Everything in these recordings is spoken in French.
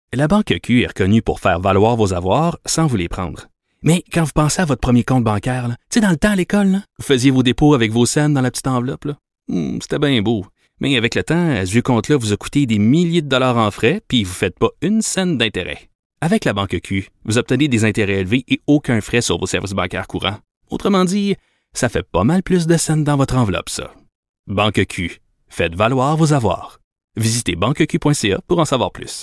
La Banque Q est reconnue pour faire valoir vos avoirs sans vous les prendre. Mais quand vous pensez à votre premier compte bancaire, tu sais, dans le temps à l'école, là, vous faisiez vos dépôts avec vos scènes dans la petite enveloppe. Là. C'était bien beau. Mais avec le temps, ce vieux compte-là vous a coûté des milliers de dollars en frais, puis vous ne faites pas une scène d'intérêt. Avec la Banque Q, vous obtenez des intérêts élevés et aucun frais sur vos services bancaires courants. Autrement dit, ça fait pas mal plus de scènes dans votre enveloppe, ça. Banque Q. Faites valoir vos avoirs. Visitez banqueq.ca pour en savoir plus.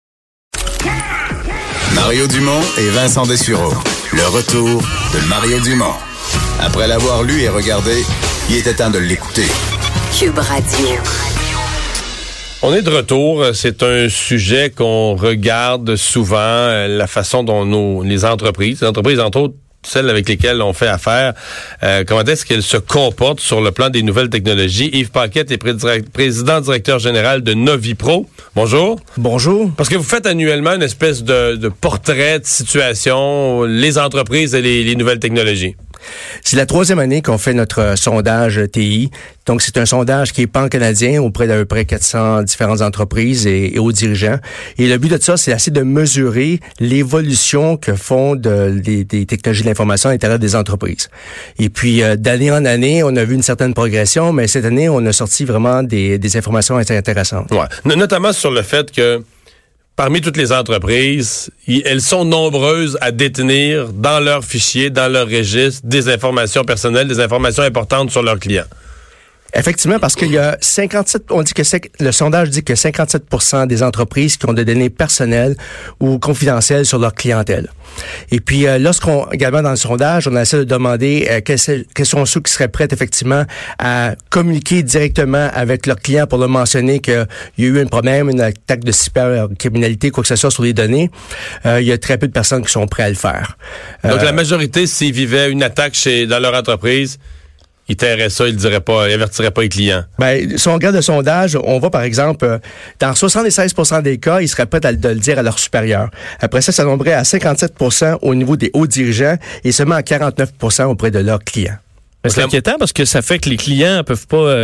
Mario Dumont et Vincent Dessureau. Le retour de Mario Dumont. Après l'avoir lu et regardé, il était temps de l'écouter. Cube Radio. On est de retour. C'est un sujet qu'on regarde souvent, la façon dont les entreprises, entre autres, celles avec lesquelles on fait affaire, comment est-ce qu'elles se comportent sur le plan des nouvelles technologies. Yves Paquette est président-directeur général de Novipro. Bonjour. Bonjour. Parce que vous faites annuellement une espèce de portrait de situation, les entreprises et les nouvelles technologies. C'est la 3e année qu'on fait notre sondage TI. Donc, c'est un sondage qui est pan-canadien auprès d'à peu près 400 différentes entreprises et hauts dirigeants. Et le but de ça, c'est d'essayer de mesurer l'évolution que font des technologies de l'information à l'intérieur des entreprises. Et puis, d'année en année, on a vu une certaine progression, mais cette année, on a sorti vraiment des informations assez intéressantes. Ouais. Notamment sur le fait que parmi toutes les entreprises, elles sont nombreuses à détenir dans leurs fichiers, dans leurs registres, des informations personnelles, des informations importantes sur leurs clients. Effectivement, parce qu'il y a 57, le sondage dit que 57% des entreprises qui ont des données personnelles ou confidentielles sur leur clientèle. Et puis, également dans le sondage, on a essayé de demander quels sont ceux qui seraient prêts effectivement à communiquer directement avec leurs clients pour leur mentionner qu'il y a eu un problème, une attaque de cybercriminalité, quoi que ce soit sur les données. Il y a très peu de personnes qui sont prêtes à le faire. Donc, la majorité, s'ils vivaient une attaque dans leur entreprise, ils tairaient ça, ils avertiraient pas les clients. Ben, si on regarde le sondage, on voit par exemple, dans 76% des cas, ils seraient prêts de le dire à leur supérieur. Après ça tomberait à 57% au niveau des hauts dirigeants et seulement à 49% auprès de leurs clients. C'est inquiétant parce que ça fait que les clients peuvent pas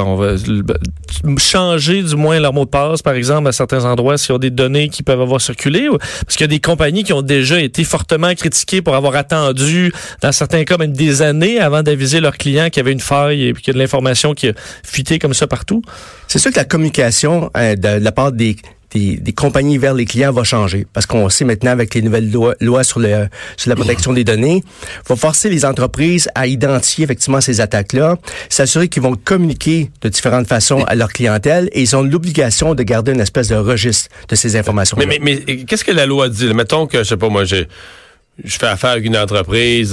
changer du moins leur mot de passe, par exemple, à certains endroits s'il y a des données qui peuvent avoir circulé. Parce qu'il y a des compagnies qui ont déjà été fortement critiquées pour avoir attendu, dans certains cas même des années, avant d'aviser leurs clients qu'il y avait une faille et qu'il y a de l'information qui a fuité comme ça partout. C'est sûr que la communication de la part des compagnies vers les clients va changer. Parce qu'on sait maintenant, avec les nouvelles lois sur la protection des données, va forcer les entreprises à identifier effectivement ces attaques-là, s'assurer qu'ils vont communiquer de différentes façons à leur clientèle et ils ont l'obligation de garder une espèce de registre de ces informations-là. Mais qu'est-ce que la loi dit? Mettons que, je sais pas moi, je fais affaire avec une entreprise,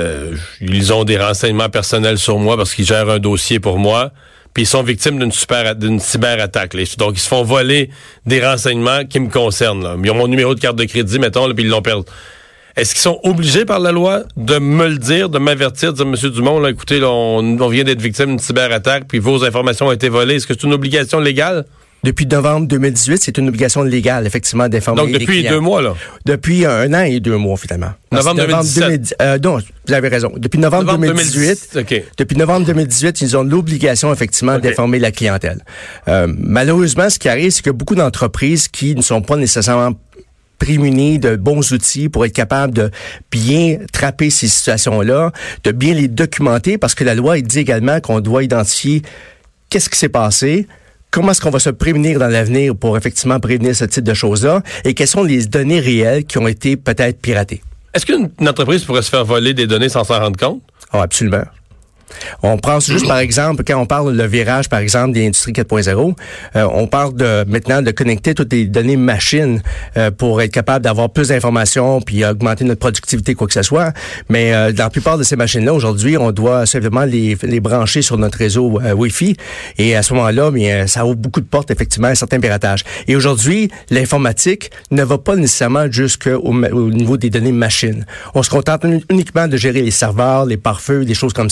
ils ont des renseignements personnels sur moi parce qu'ils gèrent un dossier pour moi. Puis ils sont victimes d'une cyberattaque. Là. Donc, ils se font voler des renseignements qui me concernent. Là. Ils ont mon numéro de carte de crédit, mettons, là, puis ils l'ont perdu. Est-ce qu'ils sont obligés par la loi de me le dire, de m'avertir, de dire, Monsieur Dumont, là, écoutez, là, on vient d'être victime d'une cyberattaque, puis vos informations ont été volées. Est-ce que c'est une obligation légale? Depuis novembre 2018, c'est une obligation légale, effectivement, d'informer les clients. Donc, depuis 2 mois, là? Depuis 1 an et 2 mois, finalement. Novembre 2017? Non, vous avez raison. Depuis novembre 2018, okay. Depuis novembre 2018, ils ont l'obligation, effectivement, d'informer la clientèle. Malheureusement, ce qui arrive, c'est que beaucoup d'entreprises qui ne sont pas nécessairement prémunis de bons outils pour être capable de bien trapper ces situations-là, de bien les documenter, parce que la loi, il dit également qu'on doit identifier qu'est-ce qui s'est passé, comment est-ce qu'on va se prémunir dans l'avenir pour effectivement prévenir ce type de choses-là et quelles sont les données réelles qui ont été peut-être piratées. Est-ce qu'une entreprise pourrait se faire voler des données sans s'en rendre compte? Oh, absolument. On pense juste, par exemple, quand on parle le virage, par exemple, des industries 4.0, on parle maintenant de connecter toutes les données machines pour être capable d'avoir plus d'informations puis augmenter notre productivité, quoi que ce soit. Mais dans la plupart de ces machines-là, aujourd'hui, on doit simplement les brancher sur notre réseau Wi-Fi. Et à ce moment-là, ça ouvre beaucoup de portes, effectivement, à certains piratages. Et aujourd'hui, l'informatique ne va pas nécessairement jusqu'au niveau des données machines. On se contente uniquement de gérer les serveurs, les pare-feux, des choses comme ça.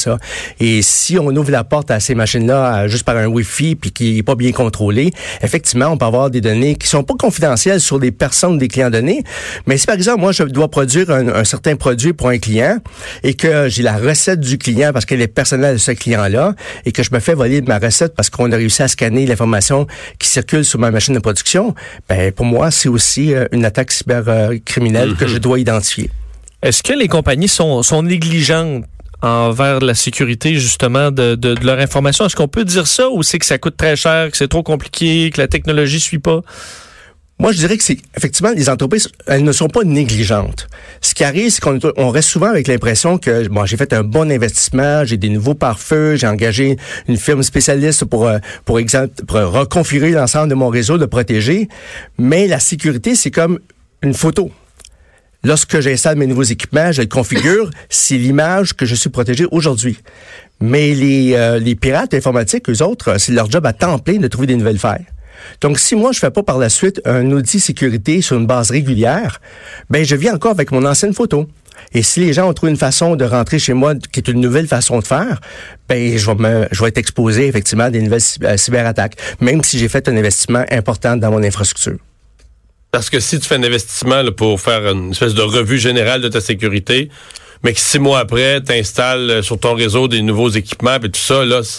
Et si on ouvre la porte à ces machines-là juste par un Wi-Fi puis qui n'est pas bien contrôlé, effectivement, on peut avoir des données qui sont pas confidentielles sur les personnes des clients donnés. Mais si par exemple, moi, je dois produire un certain produit pour un client et que j'ai la recette du client parce qu'elle est personnelle de ce client-là et que je me fais voler ma recette parce qu'on a réussi à scanner l'information qui circule sur ma machine de production, ben pour moi, c'est aussi une attaque cybercriminelle que je dois identifier. Est-ce que les compagnies sont négligentes envers la sécurité, justement, de leur information? Est-ce qu'on peut dire ça ou c'est que ça coûte très cher, que c'est trop compliqué, que la technologie suit pas? Moi, je dirais que c'est effectivement les entreprises, elles ne sont pas négligentes. Ce qui arrive, c'est qu'on reste souvent avec l'impression que bon, j'ai fait un bon investissement, j'ai des nouveaux pare-feux, j'ai engagé une firme spécialiste pour reconfigurer l'ensemble de mon réseau, de protéger. Mais la sécurité, c'est comme une photo. Lorsque j'installe mes nouveaux équipements, je le configure, c'est l'image que je suis protégé aujourd'hui. Mais les pirates informatiques, eux autres, c'est leur job à temps plein de trouver des nouvelles failles. Donc, si moi, je fais pas par la suite un audit sécurité sur une base régulière, ben je vis encore avec mon ancienne photo. Et si les gens ont trouvé une façon de rentrer chez moi qui est une nouvelle façon de faire, ben je vais être exposé effectivement à des nouvelles cyberattaques, même si j'ai fait un investissement important dans mon infrastructure. Parce que si tu fais un investissement là, pour faire une espèce de revue générale de ta sécurité, mais que 6 mois après, tu installes sur ton réseau des nouveaux équipements et tout ça, là,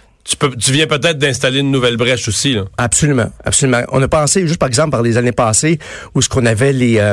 tu viens peut-être d'installer une nouvelle brèche aussi, là. Absolument, absolument. On a pensé, juste par exemple, par les années passées, où ce qu'on avait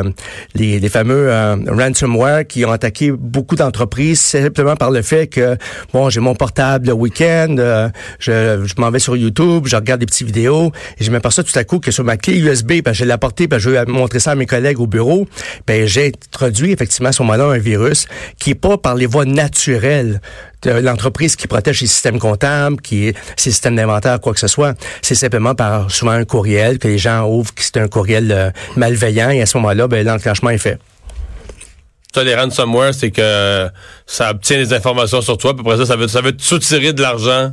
les fameux ransomware qui ont attaqué beaucoup d'entreprises simplement par le fait que, bon, j'ai mon portable le week-end, je m'en vais sur YouTube, je regarde des petites vidéos, et je m'aperçois tout à coup que sur ma clé USB, ben, je l'ai apportée, ben, je veux montrer ça à mes collègues au bureau, ben, j'ai introduit effectivement sur moi là un virus qui est pas par les voies naturelles de l'entreprise qui protège ses systèmes comptables, ses systèmes d'inventaire, quoi que ce soit. C'est simplement par souvent un courriel que les gens ouvrent, que c'est un courriel malveillant, et à ce moment-là, ben, l'enclenchement est fait. Ça, les ransomware, c'est que ça obtient des informations sur toi, puis après ça veut te soutirer de l'argent.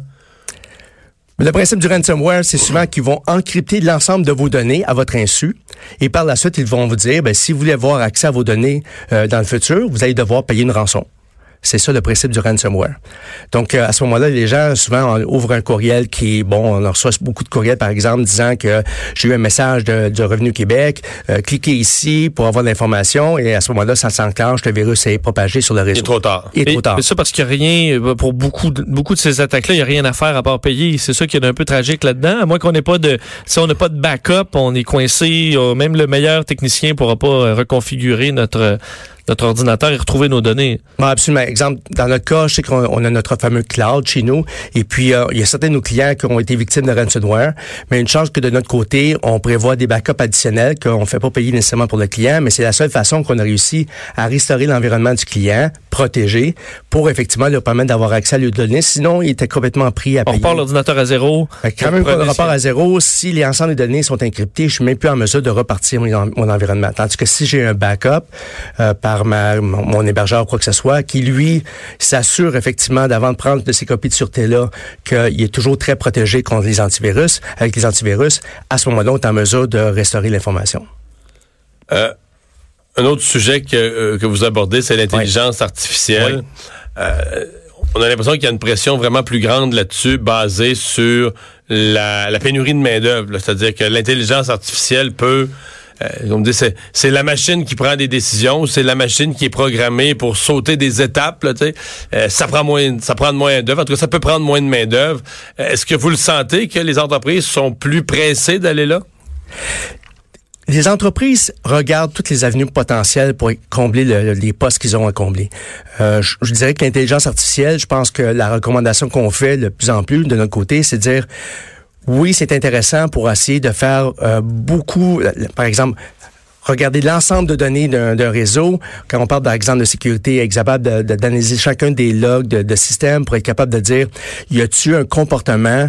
Le principe du ransomware, c'est souvent qu'ils vont encrypter l'ensemble de vos données à votre insu, et par la suite, ils vont vous dire, ben, si vous voulez avoir accès à vos données dans le futur, vous allez devoir payer une rançon. C'est ça le principe du ransomware. Donc, à ce moment-là, les gens, souvent, ouvrent un courriel qui, bon, on reçoit beaucoup de courriels, par exemple, disant que j'ai eu un message du Revenu Québec, cliquez ici pour avoir de l'information, et à ce moment-là, ça s'enclenche, le virus est propagé sur le réseau. Il est trop tard. Mais ça, parce qu'il n'y a rien, pour beaucoup de ces attaques-là, il n'y a rien à faire à part payer. C'est ça qui est un peu tragique là-dedans. À moins qu'on n'ait pas si on n'a pas de backup, on est coincé, même le meilleur technicien ne pourra pas reconfigurer notre ordinateur et retrouver nos données. Bon, absolument. Exemple, dans notre cas, je sais qu'on a notre fameux cloud chez nous, et puis il y a certains de nos clients qui ont été victimes de ransomware, mais une chance que de notre côté, on prévoit des backups additionnels qu'on ne fait pas payer nécessairement pour le client, mais c'est la seule façon qu'on a réussi à restaurer l'environnement du client, protégé, pour effectivement leur permettre d'avoir accès à leurs données. Sinon, il était complètement pris à payer. On repart l'ordinateur à zéro. Quand même qu'on repart à zéro, si les ensembles des données sont encryptés, je suis même plus en mesure de repartir mon environnement. Tandis que si j'ai un backup par mon hébergeur ou quoi que ce soit, qui lui s'assure effectivement d'avant de prendre de ces copies de sûreté-là qu'il est toujours très protégé contre les antivirus. Avec les antivirus, à ce moment-là, on est en mesure de restaurer l'information. Un autre sujet que vous abordez, c'est l'intelligence artificielle. Oui. On a l'impression qu'il y a une pression vraiment plus grande là-dessus, basée sur la pénurie de main-d'œuvre. C'est-à-dire que l'intelligence artificielle peut... on me dit c'est la machine qui prend des décisions, c'est la machine qui est programmée pour sauter des étapes, là, ça prend moins de main-d'œuvre, en tout cas ça peut prendre moins de main-d'œuvre. Est-ce que vous le sentez que les entreprises sont plus pressées d'aller là? Les entreprises regardent toutes les avenues potentielles pour combler les postes qu'ils ont à combler. Je dirais que l'intelligence artificielle, je pense que la recommandation qu'on fait de plus en plus de notre côté, c'est de dire oui, c'est intéressant pour essayer de faire beaucoup, par exemple, regarder l'ensemble de données d'un réseau. Quand on parle, par exemple, de sécurité, être capable d'analyser chacun des logs de système pour être capable de dire, y a-t-il un comportement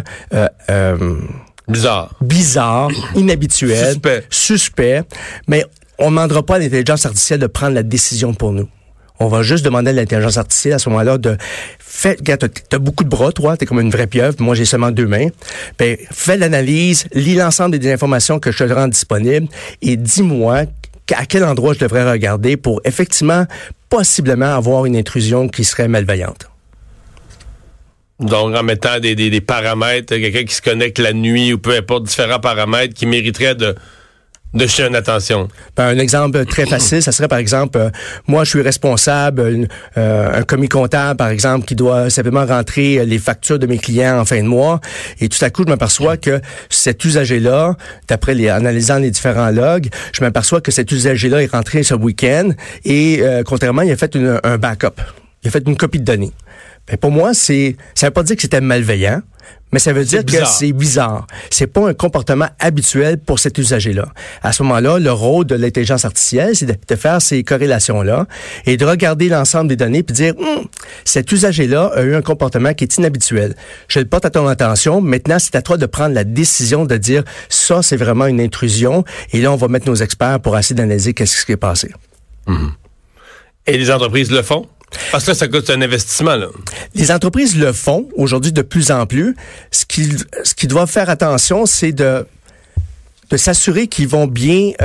bizarre, inhabituel, suspect, mais on ne demandera pas à l'intelligence artificielle de prendre la décision pour nous. On va juste demander à l'intelligence artificielle à ce moment-là regarde, t'as beaucoup de bras, toi, t'es comme une vraie pieuvre, moi j'ai seulement 2 mains. Ben, fais l'analyse, lis l'ensemble des informations que je te rends disponibles et dis-moi à quel endroit je devrais regarder pour effectivement, possiblement avoir une intrusion qui serait malveillante. Donc, en mettant des paramètres, quelqu'un qui se connecte la nuit ou peu importe, différents paramètres qui mériteraient de jeter une attention. Un exemple très facile, ça serait par exemple, moi je suis responsable, un commis comptable par exemple qui doit simplement rentrer les factures de mes clients en fin de mois et tout à coup je m'aperçois que cet usager-là, en analysant les différents logs, je m'aperçois que cet usager-là est rentré ce week-end et contrairement, il a fait un backup. Il a fait une copie de données. Ben, pour moi, ça veut pas dire que c'était malveillant, mais ça veut dire que c'est bizarre. C'est pas un comportement habituel pour cet usager-là. À ce moment-là, le rôle de l'intelligence artificielle, c'est de faire ces corrélations-là et de regarder l'ensemble des données puis dire, cet usager-là a eu un comportement qui est inhabituel. Je le porte à ton attention. Maintenant, c'est à toi de prendre la décision de dire, ça, c'est vraiment une intrusion. Et là, on va mettre nos experts pour essayer d'analyser qu'est-ce qui s'est passé. Mm-hmm. Et les entreprises le font? Parce que là, ça coûte un investissement, là. Les entreprises le font aujourd'hui de plus en plus. Ce qu'ils doivent faire attention, c'est de s'assurer qu'ils vont bien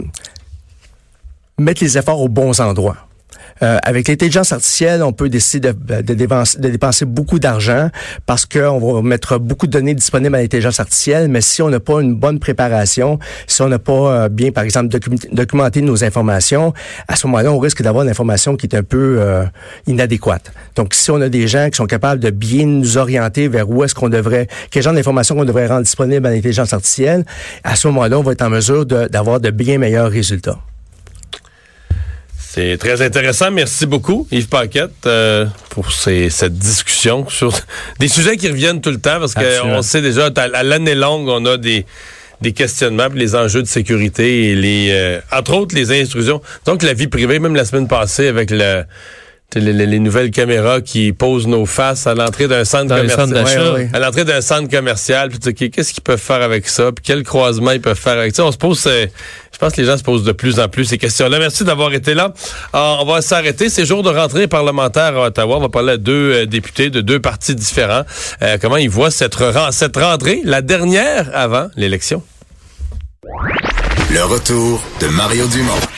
mettre les efforts aux bons endroits. Avec l'intelligence artificielle, on peut décider de dépenser beaucoup d'argent parce qu'on va mettre beaucoup de données disponibles à l'intelligence artificielle, mais si on n'a pas une bonne préparation, si on n'a pas bien, par exemple, documenté nos informations, à ce moment-là, on risque d'avoir une information qui est un peu inadéquate. Donc, si on a des gens qui sont capables de bien nous orienter vers où est-ce qu'on devrait, quel genre d'informations qu'on devrait rendre disponibles à l'intelligence artificielle, à ce moment-là, on va être en mesure d'avoir de bien meilleurs résultats. C'est très intéressant. Merci beaucoup, Yves Paquette, pour cette discussion sur des sujets qui reviennent tout le temps parce qu'on sait déjà, à l'année longue, on a des questionnements, les enjeux de sécurité et entre autres, les intrusions. Donc, la vie privée, même la semaine passée avec les nouvelles caméras qui posent nos faces à l'entrée d'un centre commercial. À l'entrée d'un centre commercial. Puis qu'est-ce qu'ils peuvent faire avec ça? Puis quel croisement ils peuvent faire avec ça? On se pose, je pense que les gens se posent de plus en plus ces questions-là. Merci d'avoir été là. On va s'arrêter. C'est jour de rentrée parlementaire à Ottawa. On va parler à deux députés de deux partis différents. Comment ils voient cette rentrée, la dernière avant l'élection. Le retour de Mario Dumont.